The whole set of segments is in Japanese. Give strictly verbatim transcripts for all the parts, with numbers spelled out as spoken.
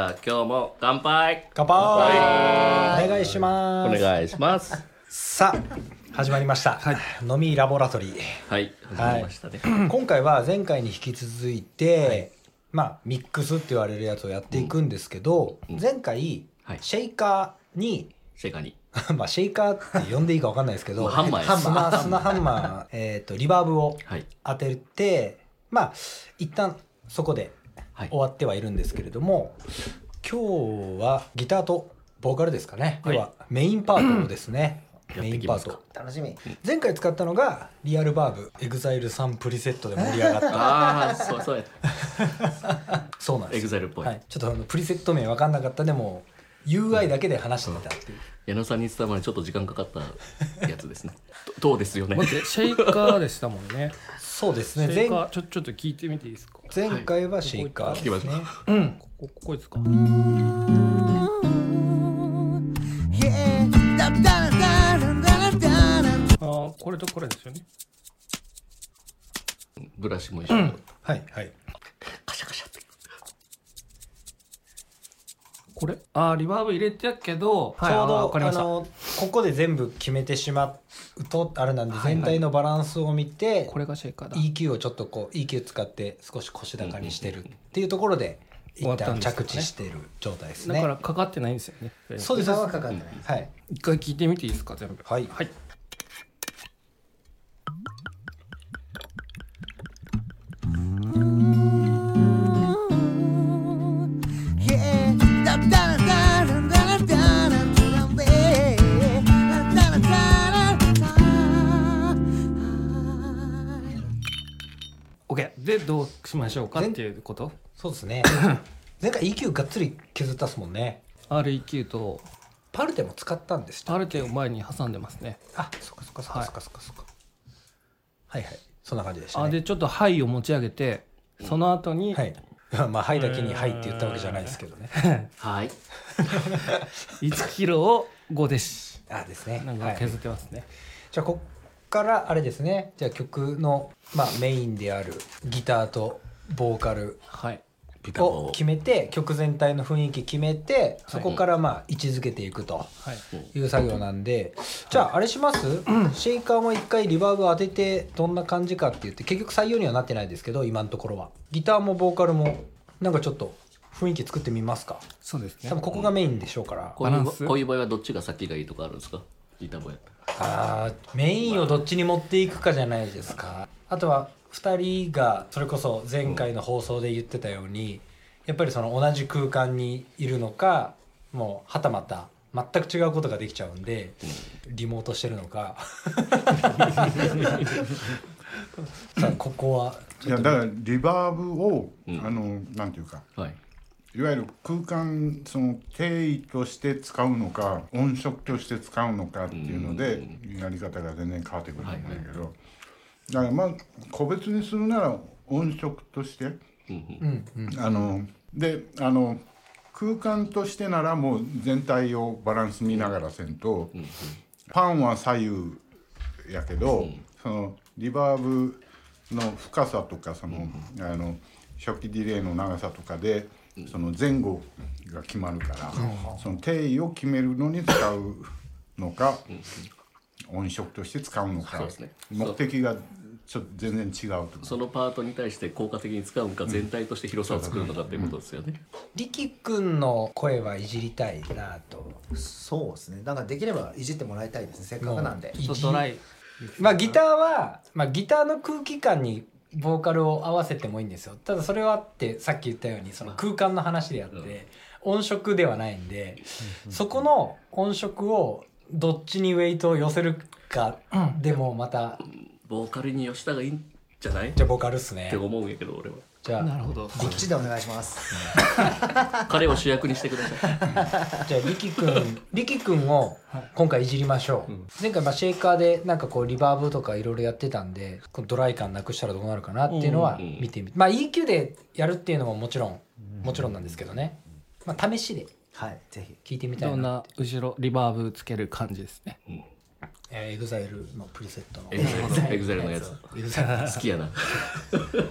ゃあ今日も乾杯乾杯お願いしますお願いしますさあ始まりました、はい、飲みラボラトリーはい始まりましたね、 はい、今回は前回に引き続いて、はい、まあミックスって言われるやつをやっていくんですけど、うん、前回、はい、シェイカーにシェイカーにまあシェイカーって呼んでいいか分かんないですけどハンマーや砂砂ハンマー、えーとリバーブを当てて、はい、まあ一旦そこで終わってはいるんですけれども、はい、今日はギターとボーカルですかね、はい、ではメインパートですねメインパート楽しみ。 前回使ったのがリアルバーブエグザイルさんプリセットで盛り上がったああそうそうやそうなんですエグザイルっぽい、 はい、ちょっとあのプリセット名分かんなかったでも ユーアイ だけで話してみたっていう、 矢野さんに伝わるまでちょっと時間かかったやつですねどうですよね待ってシェイカーでしたもんねそうですねシェイカーちょ、ちょっと聞いてみていいですか。 前回はシェイカーですね、はい、 うんここ、ここですか。あこれとこれですよね。 ブラシも一緒に、 うん、はいはいカシャカシャってこれあリバーブ入れてやけど、 はい、ちょうどあのここで全部決めてしまうとあれなんで、全体のバランスを見て、はいはい、 これがシェイカーだイーキュー をちょっとこう イーキュー 使って少し腰高にしてるっていうところで一旦着地してる状態ですね。 だからかかってないんですよね。 そうです。 はかかってない、 はい、 一回聞いてみていいですか全部。 はい、 はいでどうしましょうかっていうこと。 そうですね前回 イーキュー がっつり削ったっすもんね。 アールイーキュー とパルテも使ったんです。 パルテを前に挟んでますね。 あそっかそっかそっかそっかそっかそっか、はい、はいはいそんな感じでしたね。 あでちょっとハイを持ち上げてその後に、 はい、まあハイだけにハイって言ったわけじゃないですけどねはいいちキロをごでしあですねなんか削ってますね、 はい、じゃあこっからあれですね。じゃあ曲の、まあ、メインであるギターとボーカルを決めて、曲全体の雰囲気決めて、そこからまあ位置づけていくという作業なんで、じゃああれします、うん、シェイカーも一回リバーブ当ててどんな感じかって言って、結局採用にはなってないですけど今のところはギターもボーカルもなんかちょっと雰囲気作ってみますか。 そうですね。 多分ここがメインでしょうから、 こういうこういう場合はどっちが先がいいとかあるんですか。ギターもやったあメインをどっちに持っていくかじゃないですか。あとはふたりがそれこそ前回の放送で言ってたように、やっぱりその同じ空間にいるのか、もうはたまた全く違うことができちゃうんでリモートしてるのかさあここはいやだからリバーブを、うん、あのなんていうか、 はい、 いわゆる空間その定位として使うのか音色として使うのかっていうのでやり方が全然変わってくるんだけど、だからまあ個別にするなら音色として、うんうん、あのであの空間としてならもう全体をバランス見ながらせんと、うんうん、パンは左右やけど、うん、そのリバーブの深さとかその、うん、あの初期ディレイの長さとかでその前後が決まるから、うん、その定位を決めるのに使うのか、うん、音色として使うのか、そうですね、目的がちょっと全然違うと。 そのパートに対して効果的に使うのか、全体として広さを作るのかっていうことですよね。 リキ君の声はいじりたいなと。 そうですね。だからできればいじってもらいたいですね。せっかくなんで。 ちょっとドライ。 まあギターは、まあ、ギターの空気感にボーカルを合わせてもいいんですよ。ただそれはってさっき言ったようにその空間の話であって、音色ではないんで、そこの音色をどっちにウェイトを寄せるかでもまた、 ボーカルに寄せたがいいんじゃない？ じゃあボーカルっすねって思うんやけど俺は。 じゃあなるほど。 こっちでお願いします。 彼を主役にしてください。 じゃあリキ君、リキ君を今回いじりましょう。うん、前回まあシェイカーでなんかこうリバーブとかいろいろやってたんで、このドライ感なくしたらどうなるかなっていうのは見てみて、まあ イーキュー でやるっていうのももちろんもちろんなんですけどね。まあ試しではいぜひ聞いてみたいな。 どんな後ろリバーブつける感じですね。うん、 えー、エグザイルのプリセットのエグザイルのやつ好きやな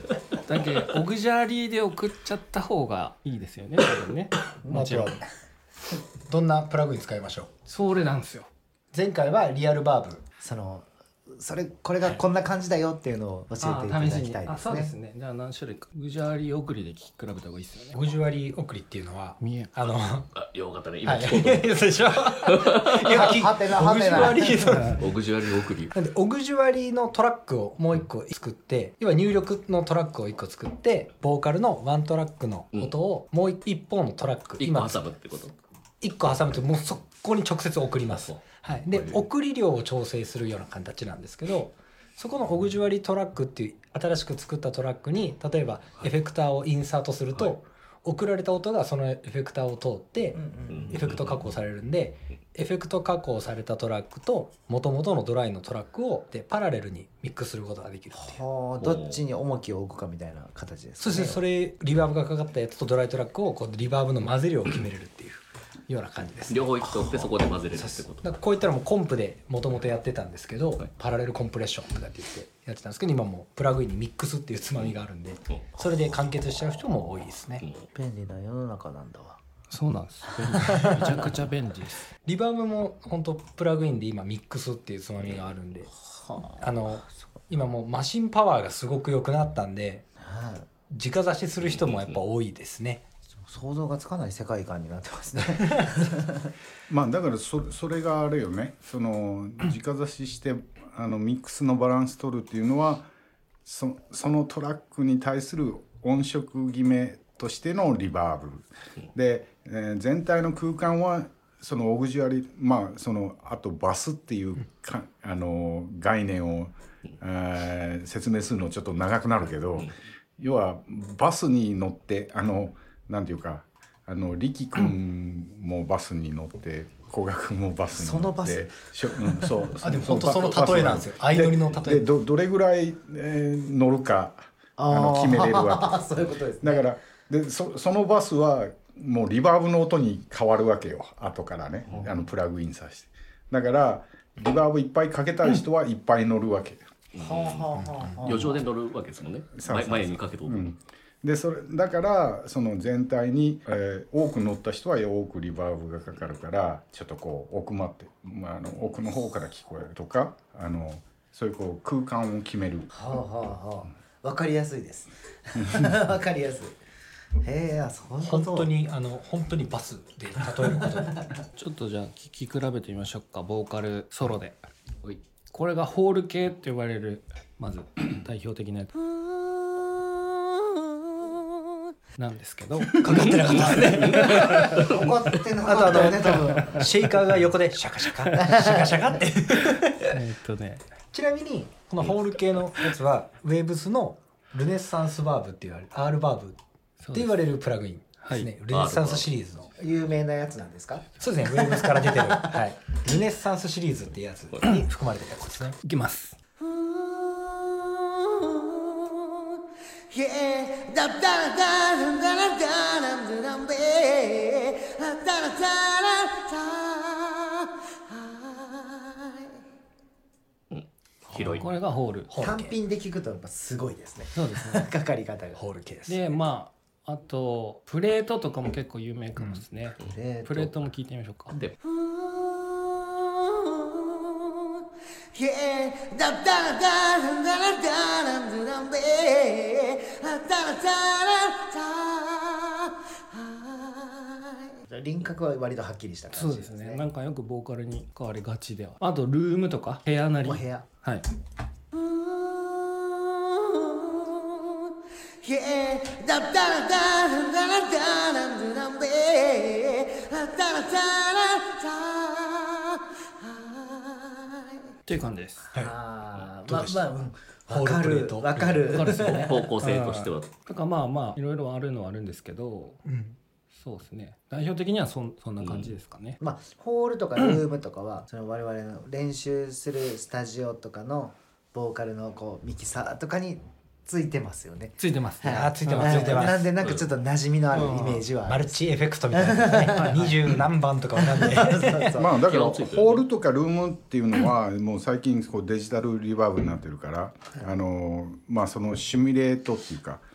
だけどオグジャリーで送っちゃった方がいいですよね多分ね。もちろんどんなプラグイン使いましょう。 それなんですよ。 前回はリアルバーブ、 そのそれこれがこんな感じだよっていうのを教えていただきたいですあそうですね。 ね。じゃあ何種類かオグジャリー送りで聞き比べた方がいいですよね。 オグジュアリー送りっていうのは見えあのあよかったね今はい聞こうとそうでしょはてなはてなオグジュアリーのオグジュアリー送りなんでオグジュアリーのトラックをもう一個作って要は入力のトラックを一個作ってボーカルのワントラックの音をもう一方のトラック、 一個挟むってこと。 一個挟むともうそこに直接送ります。はい、で送り量を調整するような形なんですけど、そこのオグジュアリートラックっていう新しく作ったトラックに例えばエフェクターをインサートすると、はい、送られた音がそのエフェクターを通ってエフェクト加工されるんで、エフェクト加工されたトラックと元々のドライのトラックをでパラレルにミックスすることができるっていう。 はあ、どっちに重きを置くかみたいな形ですかね。 そうですね。それリバーブがかかったやつとドライトラックをこうリバーブの混ぜ量を決めれるっていうような感じです、ね、 両方一気取ってそこで混ぜれるってこと。 だからこういったらもうコンプでもともとやってたんですけど、はい、パラレルコンプレッションとかって言ってやってたんですけど、今もうプラグインにミックスっていうつまみがあるんで、それで完結しちゃう人も多いですね。 便利な世の中なんだわ。 そうなんです。めちゃくちゃ便利です。 リバーブも本当プラグインで今ミックスっていうつまみがあるんで、あの今もうマシンパワーがすごく良くなったんで、直差しする人もやっぱ多いですね。 想像がつかない世界観になってますねまあだからそ それがあれよね、その直差ししてあのミックスのバランス取るっていうのは そ, そのトラックに対する音色決めとしてのリバーブで、えー、全体の空間はそのオグジュアリまあそのあとバスっていうかあの概念を、えー、説明するのちょっと長くなるけど、要はバスに乗ってあのなんていうかあの力君もバスに乗って古賀君もバスに乗ってそのバスしょ、うん、そうあでも本当その例えなんですよ。相乗りの例えで ど, どれぐらい、えー、乗るかあの決めれるわけそういうことですね。 だからで そ, そのバスはもうリバーブの音に変わるわけよ後からね、うん、あのプラグインさせて。だからリバーブいっぱいかけたい人はいっぱい乗るわけ、 うん、余剰で乗るわけですもんね。前にかけておく、うんでそれだからその全体に、えー、多く乗った人は多くリバーブがかかるからちょっとこう奥まって、まあ、あの奥の方から聞こえるとかあのそういうこう空間を決める。 はあはあはあ、分かりやすいです分かりやすい。へえ、そういうこと。 本当にあの本当にバスで例えることちょっとじゃあ聞き比べてみましょうか。ボーカルソロでこれがホール系って呼ばれるまず代表的なやつなんですけどかかってなかったですねかかってなかったよね多分。 シェイカーが横でシャカシャカシャカシャカってえっとねちなみにこのホール系のやつはウェーブスのルネッサンスバーブって言われる R バーブって言われるプラグインですね、はい、ルネッサンスシリーズの有名なやつなんですか。 そうですね、ウェーブスから出てる、はい、ルネッサンスシリーズっていうやつに含まれてるやつですね。 いきます。 広い。 これがホール。 単品で聞くとやっぱすごいですね。 そうですね。 かかり方がホール系です。 で、まああとプレートとかも結構有名かもですね。うん、プレート、プレートも聞いてみましょうか。で。 輪郭は割とはっきりした感じですね。 そうですね。なんかよくボーカルに変わりがちでは。あとルームとか部屋なり。 部屋。 はい。っていう感じです。 はい。 あまあまあわかるわかる。 方向性としては。 だからまあまあいろいろあるのはあるんですけど。うんそうですね。代表的には そ, そんな感じですかね。 うん、まあホールとかルームとかはその我々の練習するスタジオとかのボーカルのこうミキサーとかについてますよね。 ついてます、 ね。はい、あついてますついてます。 なんでなんかちょっと馴染みのあるイメージは、 うん、マルチエフェクトみたいなね。二十何番とかわかんない。 まあだからホールとかルームっていうのはもう最近こうデジタルリバーブになってるから、あのまあそのシミュレートっていうか。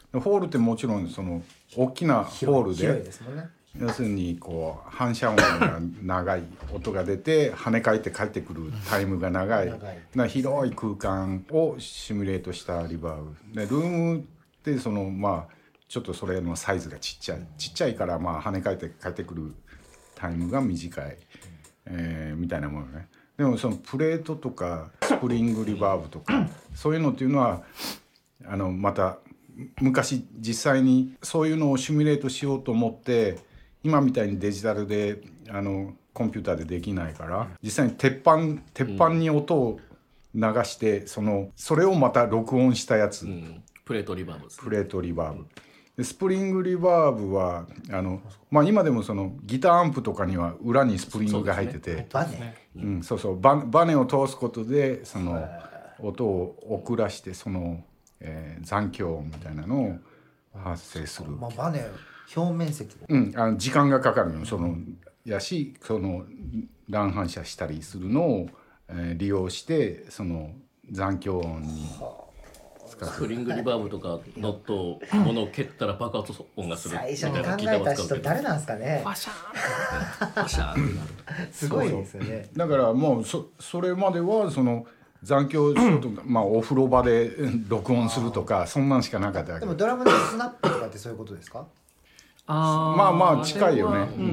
ホールってもちろんその大きなホールで広いですもんね。 要するにこう反射音が長い音が出て跳ね返って帰ってくるタイムが長い長いな広い空間をシミュレートしたリバーブでルームってそのまあちょっとそれのサイズがちっちゃいちっちゃいからまあ跳ね返って帰ってくるタイムが短い、えー、みたいなものね。でもそのプレートとかスプリングリバーブとかそういうのっていうのはあのまた昔実際にそういうのをシミュレートしようと思って今みたいにデジタルであのコンピューターでできないから実際に鉄板鉄板に音を流して、うん、そのそれをまた録音したやつ、うん、 プレートリバーブです、ね、 プレートリバーブでスプリングリバーブはあの、まあ、今でもそのギターアンプとかには裏にスプリングが入ってて、 バネ、 うん、そうそうバ、バネを通すことでその音を遅らしてその、えー、残響音みたいなのを発生する、 まあ、バネ表面積、 うん、あの時間がかかるのそのやしその乱反射したりするのを、えー、利用してその残響音にスプリングリバーブとかノットものを蹴ったら爆発音がする最初に考えた人誰なんですかね。 パシャーンパシャーンすごいですよね。 だからもう そ, それまではその残響しようと、まあ、お風呂場で録音するとかそんなんしかなかったわけ。 でもドラムのスナップとかってそういうことですか？ あまあまあ近いよね。うん、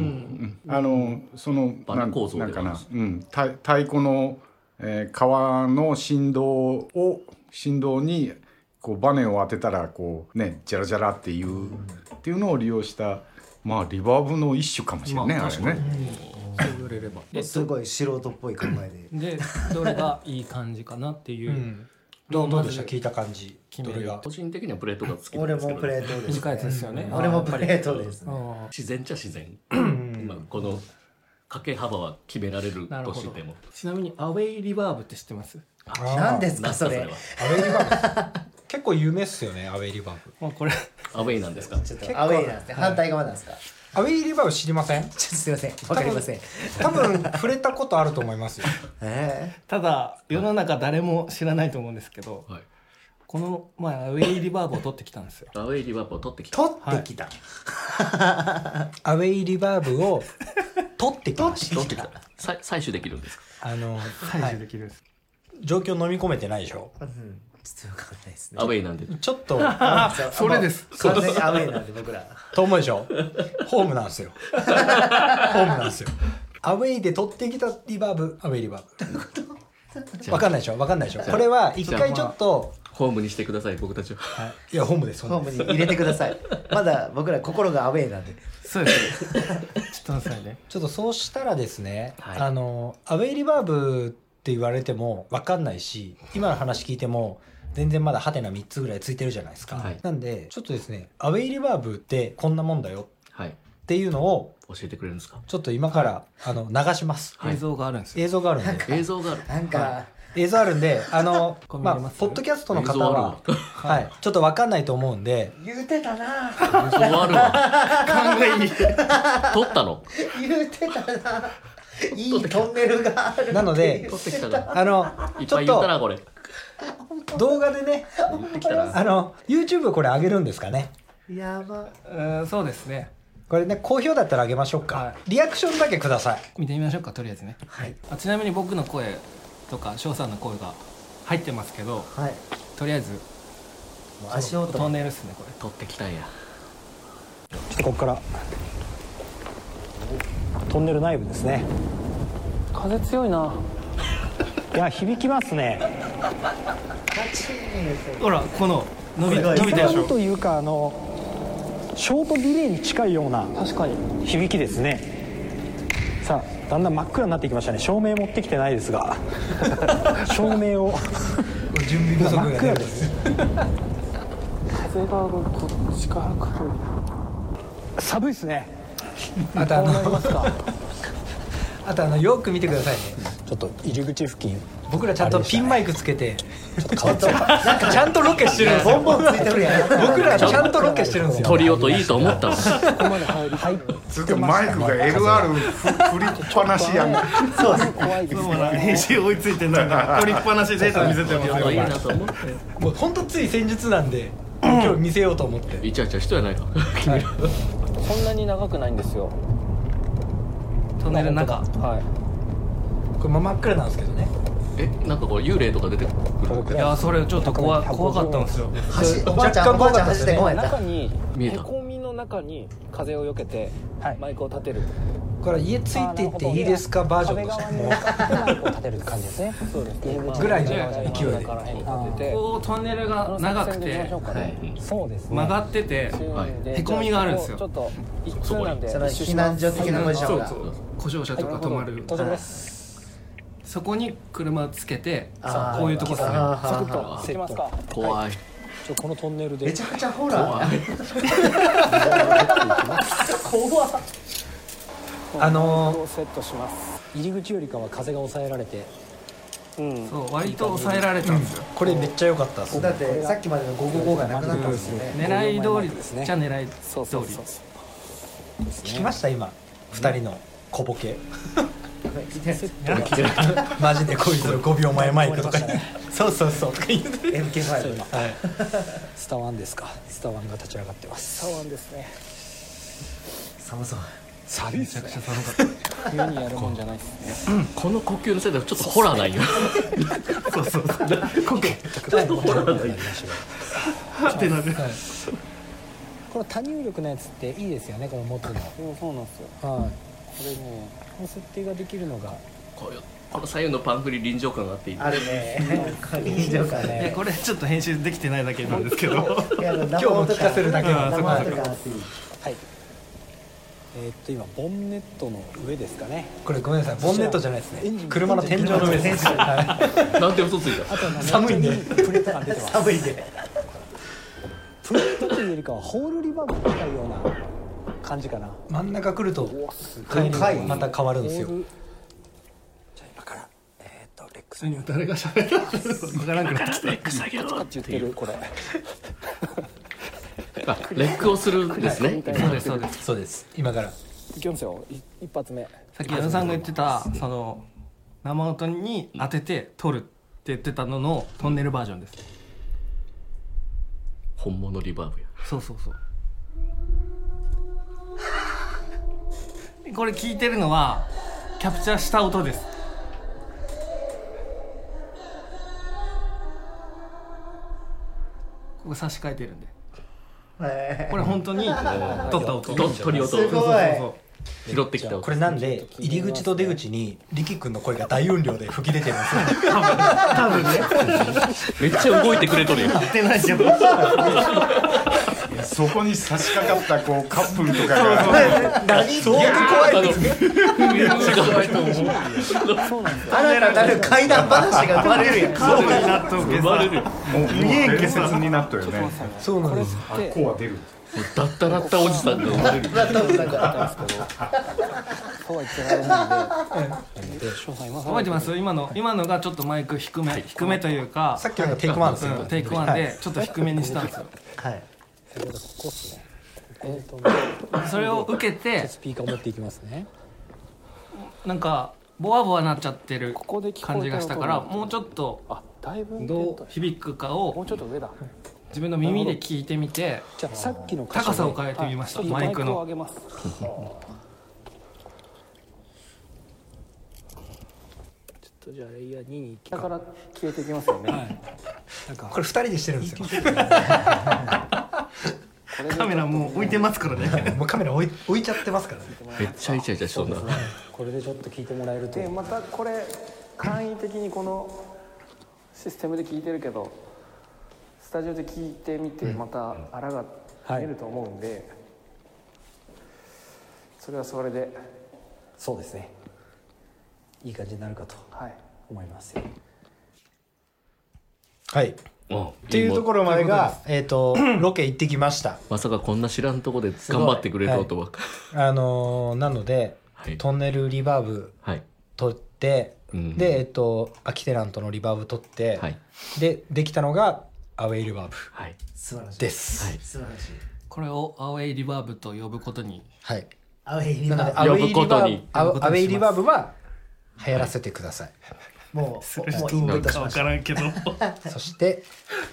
あのそのなんなんかな、うん、太鼓の、えー、革の振動を振動にこうバネを当てたらこうねジャラジャラっていう、うん、っていうのを利用したまあリバーブの一種かもしれないね、まあ、あれね。 そう言われればすごい素人っぽい考えででどれがいい感じかなっていう、うん、 どうどうでした聞いた感じどれが個人的にはプレートが好きなんですけど、 俺もプレートです、ね、 短いやつですよね、 俺もプレートですね。 自然っちゃ自然今このかけ幅は決められるとしても。 ちなみにアウェイリバーブって知ってます？ 何ですかそれ。 アウェイリバーブ結構有名っすよねアウェイリバーブ。 まあこれアウェイなんですか？ ちょっとアウェイなんですね。反対側なんですか？ アウェイリバーブ知りません？ちょっとすいませんわかりません。 多分触れたことあると思いますよ。 えー、 ただ世の中誰も知らないと思うんですけど、はい、この前アウェイリバーブを取ってきたんですよ。 アウェイリバーブを取ってきた取ってきた、 はい、アウェイリバーブを取ってきました。 取ってきた採取できるんですか？ あの採取できるんです、 はい、状況飲み込めてないでしょ、 うん、ちょっと分かんないですね。 アウェイなんでちょっとそれです完全にアウェイなんで僕らと思うでしょ。ホームなんですよホームなんですよ。アウェイで取ってきたリバーブアウェイリバーブ分かんないでしょ分かんないでしょ。これは一回ちょっとホームにしてください僕たちは、 はい、いやホームですホームに入れてください。まだ僕ら心がアウェイなんで。 そうですちょっと待ってね。 ちょっとそうしたらですね、 はい、 あのアウェイリバーブって言われても分かんないし今の話聞いても全然まだハテナみっつぐらいついてるじゃないですか、はい、なんでちょっとですねアウェイリバーブってこんなもんだよっていうのを教えてくれるんですか？ ちょっと今からあの流します、 はい、映像があるんですよ。 映像があるんで映像があるなんか、 はい、映像あるんであのまあポッドキャストの方は、はい、ちょっと分かんないと思うんで言うてたな映像あるわ考えに撮ったの言うてたないいトンネルがあるなので撮ってきたなあのいっぱい言ったなこれ動画でね言ってきたなあの YouTube これ上げるんですかね。 やばうん、そうですね。 これね好評だったら上げましょうか、はい、リアクションだけください。 見てみましょうかとりあえずね、はい、あちなみに僕の声とか翔さんの声が入ってますけど、はい、とりあえずもう足音トンネルっすね。これ取ってきたんや。 ちょっとここからトンネル内部ですね。 風強いな。 いや響きますね。 ほらこの伸び伸びたでしょ。 というかあのショートディレイに近いような確かに響きですね。さあだんだん真っ暗になってきましたね。照明持ってきてないですが照明を準備不足が出る。 風がこっちから来る。 寒いですね。あとあのあとあのよく見てくださいね。ちょっと入り口付近僕らちゃんとピンマイクつけてちょっと変わってなんかちゃんとロケしてるんですよ。 ボンボンついてるやん。 僕らちゃんとロケしてるんですよ。 鳥音いいと思ったの。 ずっとマイクが エルアール 振りっぱなしやん。 そうです怖いですね。 編集追いついてなんか振りっぱなしデータ見せてますよ。 いいなと思って。 もう本当つい先日なんで今日見せようと思ってイチャイチャ人やないかはい、そんなに長くないんですよトンネルの中。はい、 これ真っ暗なんですけどね。 えなんかこれ幽霊とか出てくる。 いやそれちょっと怖怖かったんですよ。 おばあちゃんおばあちゃん走ってこない中に見えたへこみの中に風をよけてマイクを立てる。 これ家ついていっていいですかバージョンとしてもマイクを立てる感じですね。 そうです。 ぐらいの勢いでこうトンネルが長くてそうですね。 曲がっててへこみがあるんですよ。 ちょっと一通なんでその避難所的なポジションが故障車とか止まる。 到着です。 そこに車つけてあーこういうとこですね。 サクッとセッますか。 怖いちょこのトンネルでめちゃくちゃホラー怖っ。 あのーセットします。入り口よりかは風が抑えられて、うんそう割と抑えられたんですよ。 これめっちゃ良かったっす。 だってさっきまでのごごごがなくなったんですよね。 狙い通りですね。じゃあ狙いそうそう通りそう。 聞きました今二人の小ボケ。 セットマジでこいつのごびょうまえマイクとかにそうそうそうとか言ってエムケーファイブスタワンですか。スタワンが立ち上がってます。スタワンですね。 寒そう。 寒いですね。 めちゃくちゃ寒かった。 冬にやるもんじゃないですね。 この呼吸のせいでちょっとホラーないよそうそうそう呼吸ちょっとホラーないってなる。 この多入力のやつっていいですよね。この元の。そうなんですよ。はい。これね、この設定ができるのがこういうこの左右のパンフに臨場感があっていい。 あるね。臨場感いやね。 これちょっと編集できてないだけなんですけど。 今今日も聞かせるだけ生音があっていい。 はい。えーっと今ボンネットの上ですかね。 これごめんなさいボンネットじゃないですエンジンね車の天井の上ですはなんで嘘ついた。 あとは寒いんでプレートが出てます。 寒いで。 プレートというよりかはホールリバーブに近いような感じかな。 い真ん中来るとおす帰りがまた変わるんですよホールじゃあ今からえーっとレックス何誰が喋るの分からなくなってきて。 下げろって言ってるこれ。 あレックをするんですね。 そうですそうです。 そうです今からいきますよ。い一発目。 さっき矢野さんが言ってたその生音に当てて撮るって言ってたののトンネルバージョンです。 本物リバーブや。 そうそうそう。これ聞いてるのはキャプチャーした音です。ここ差し替えてるんで。これ本当に撮った音。 と鳥音。 すごいそうそうそう拾ってきた音。 これなんで入り口と出口に力くんの声が大音量で吹き出てるんですよ多分ね。 めっちゃ動いてくれとるやん。 やってないじゃん。 そこに差し掛かったこうカップルとかが何相当怖いです新たなる怪談話が生まれるやん。 そうになっとうけ生まれる。 もうもう伝説になったよね。 そうなんですあっこは出る。 だったらったおじさんが生まれる。 だったんだから。 そうは言ってられないんで。翔さん今覚えてます今の今のがちょっとマイク低め低めというかさっきのがテイクワンですようんテイクワンでちょっと低めにしたんですよ。 はい。 ここっすね。えーっとそれを受けてスピーカー持っていきますね。 なんかボワボワなっちゃってるここで聞こえた感じがしたから音もうちょっとあ、だいぶどう響くかもうをちょっと上だ。 自分の耳で聞いてみてじゃあさっきの高さを変えてみましたはいマイクのマイクを上げます。ちょっとじゃあレイヤーににだから消えていきますよね。なんかこれ二人でしてるんですよカメラもう置いてますからね。 もうカメラ置い置いちゃってますからねめっちゃイチャイチャしそうな。 これでちょっと聞いてもらえると。でまたこれ簡易的にこのシステムで聞いてるけどスタジオで聞いてみてまたあらが出ると思うんで、それはそれでそうですねいい感じになるかと思いますよ。 はいっていうところまでがえっとロケ行ってきましたまさかこんな知らんとこで頑張ってくれるとは。 あのーなのではいトンネルリバーブはい取ってうんでえっとアキテラントのリバーブ取ってはいでできたのがアウェイリバーブはい素晴らしい。 ですはい。 素晴らしい。 これをアウェイリバーブと呼ぶことにはいアウェイリなのでバアウェイリバ呼ぶことにーブアウアウェイリバーブは流行らせてくださいー。もうもうインプットしました。 らんけど。 そして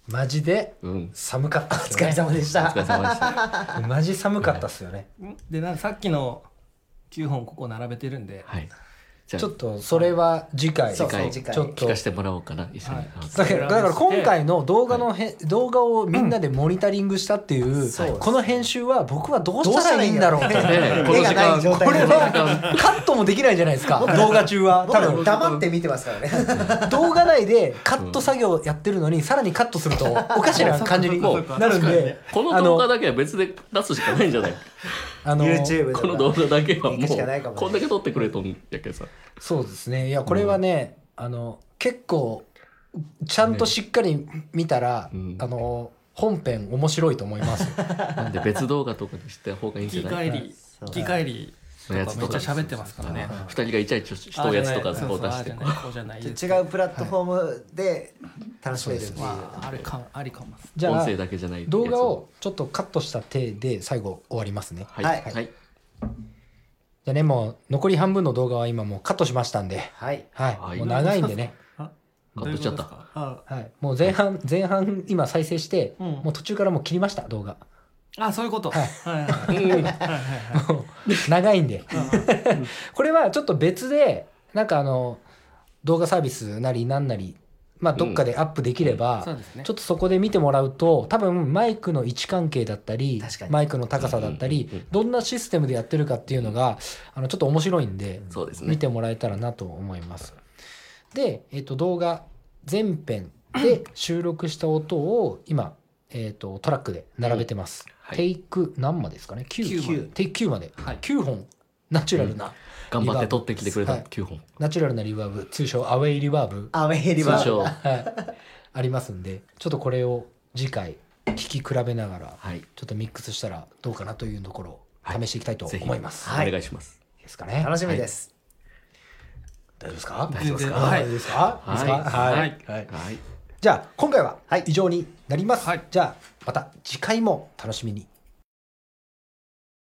マジで寒かったっすよね、 お疲れ様でした。 お疲れ様でしたマジ寒かったっすよね。 でなんかさっきのきゅうほんここ並べてるんで、 はい、 ちょっとそれは次回そう次回次回ちょっと聞かせてもらおうかな一緒に、 はいだからだから今回の動画のへ、動画をみんなでモニタリングしたっていう、 そうこの編集は僕はどうしたらいいんだろうってねこの絵が時間ない状態これはカットもできないじゃないですか動画中は多分僕黙って見てますからね。 動画内でカット作業やってるのにさらにカットするとおかしな感じにもうなるんでこの動画だけは別で出すしかないんじゃないあの YouTube この動画だけはも行くしかないかもねうこんだけ撮ってくれとんやけどさそうですねいやこれはね、うん、あの結構ちゃんとしっかり見たら、ね、あの本編面白いと思いますなんで別動画とかにした方がいいんじゃない生き返り生き返りとかめっちゃ喋ってますからね。 二人がイチャイチャしとうやつとかこう出して違うプラットフォームで楽しめるっていう、 あれかありかも。 じゃあ音声だけじゃない動画をちょっとカットした手で最後終わりますね。 はいはい、はい、 じゃあねもう残り半分の動画は今もうカットしましたんで、 はいはい、はい、もう長いんでね。 カットしちゃった。 はい、もう前半前半今再生して、うん、もう途中からもう切りました動画。 あ、そういうこと。はいはいはい長いんでこれはちょっと別でなんかあの動画サービスなりなんなりまあどっかでアップできれば、うんね、ちょっとそこで見てもらうと多分マイクの位置関係だったりマイクの高さだったり、うんうんうん、どんなシステムでやってるかっていうのがあのちょっと面白いんで、 そうですね、 見てもらえたらなと思います。で、えーと、動画全編で収録した音を今、えーと、トラックで並べてます、うんはい、テイク何までですかね きゅう, きゅうテイクきゅうまで、はい、きゅうほんナチュラルな、うん、 頑張って撮ってきてくれたきゅうほん、はい、 ナチュラルなリバーブ通称アウェイリバーブアウェイリバーブ通称、 はい、ありますんでちょっとこれを次回聴き比べながら、はい、ちょっとミックスしたらどうかなというところを試していきたいと思います、 はい、お願いします。 ですかね。 楽しみです、 はい、大丈夫ですか大丈夫ですか大丈夫ですかはいはい、はいはいはい、じゃあ今回は以上になります、はい、じゃあまた次回も楽しみに